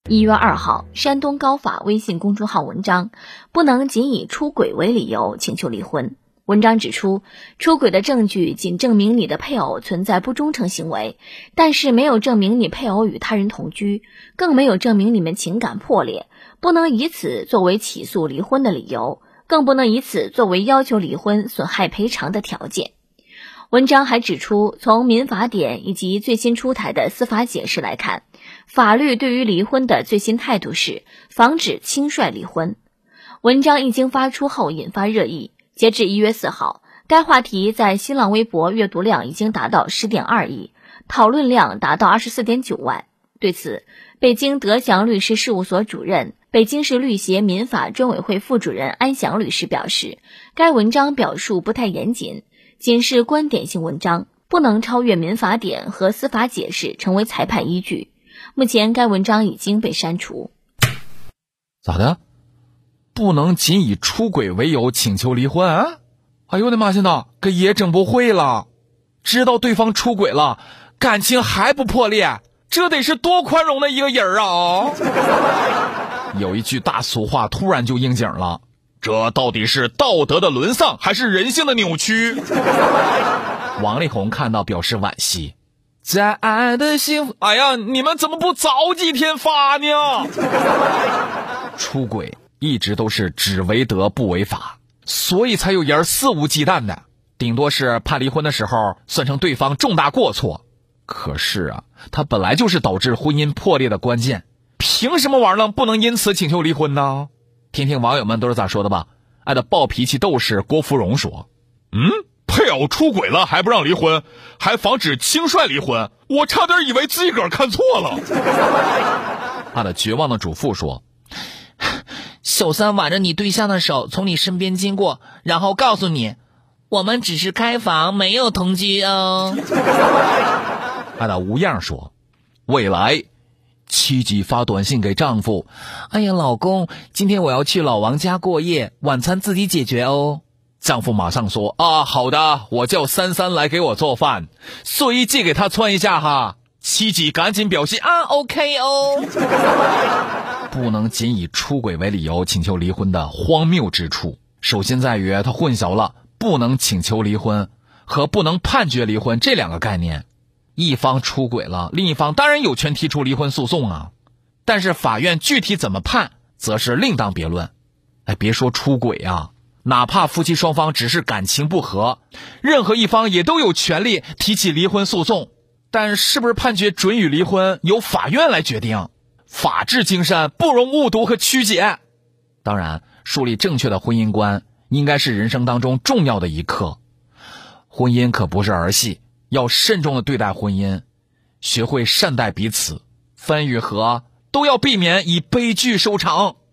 1月2号，山东高法微信公众号文章不能仅以出轨为理由请求离婚。文章指出，出轨的证据仅证明你的配偶存在不忠诚行为，但是没有证明你配偶与他人同居，更没有证明你们情感破裂，不能以此作为起诉离婚的理由，更不能以此作为要求离婚损害赔偿的条件。文章还指出，从民法典以及最新出台的司法解释来看，法律对于离婚的最新态度是防止轻率离婚。文章一经发出后引发热议，截至1月4号，该话题在新浪微博阅读量已经达到10.2亿，讨论量达到24.9万。对此，北京德祥律师事务所主任、北京市律协民法专委会副主任安祥律师表示，该文章表述不太严谨，仅是观点性文章，不能超越民法典和司法解释成为裁判依据。目前该文章已经被删除。 咋的？不能仅以出轨为由请求离婚啊？哎呦我的妈，现在给爷整不会了，知道对方出轨了，感情还不破裂，这得是多宽容的一个人啊！有一句大俗话突然就应景了，这到底是道德的沦丧还是人性的扭曲？王力宏看到表示惋惜，在爱的幸福，哎呀，你们怎么不早几天发呢？出轨一直都是只为德不为法，所以才有人肆无忌惮的，顶多是判离婚的时候算成对方重大过错。可是啊，它本来就是导致婚姻破裂的关键，凭什么玩意儿不能因此请求离婚呢？听听网友们都是咋说的吧。爱的暴脾气斗士郭芙蓉说，配偶出轨了还不让离婚，还防止轻率离婚，我差点以为自己个儿看错了。他的绝望的主妇说， 小三挽着你对象的手从你身边经过，然后告诉你，我们只是开房没有同居哦。 他的无样说，未来妻子发短信给丈夫， 哎呀老公，今天我要去老王家过夜，晚餐自己解决哦。 丈夫马上说，啊好的，我叫珊珊来给我做饭，睡衣借给他穿一下哈。妻子赶紧表示啊 OK 哦。不能仅以出轨为理由请求离婚的荒谬之处，首先在于他混淆了不能请求离婚和不能判决离婚这两个概念。一方出轨了，另一方当然有权提出离婚诉讼啊，但是法院具体怎么判则是另当别论。别说出轨啊，哪怕夫妻双方只是感情不和，任何一方也都有权利提起离婚诉讼，但是不是判决准予离婚由法院来决定。法治精神不容误读和曲解。当然，树立正确的婚姻观应该是人生当中重要的一课。婚姻可不是儿戏，要慎重的对待婚姻，学会善待彼此，分与合都要避免以悲剧收场。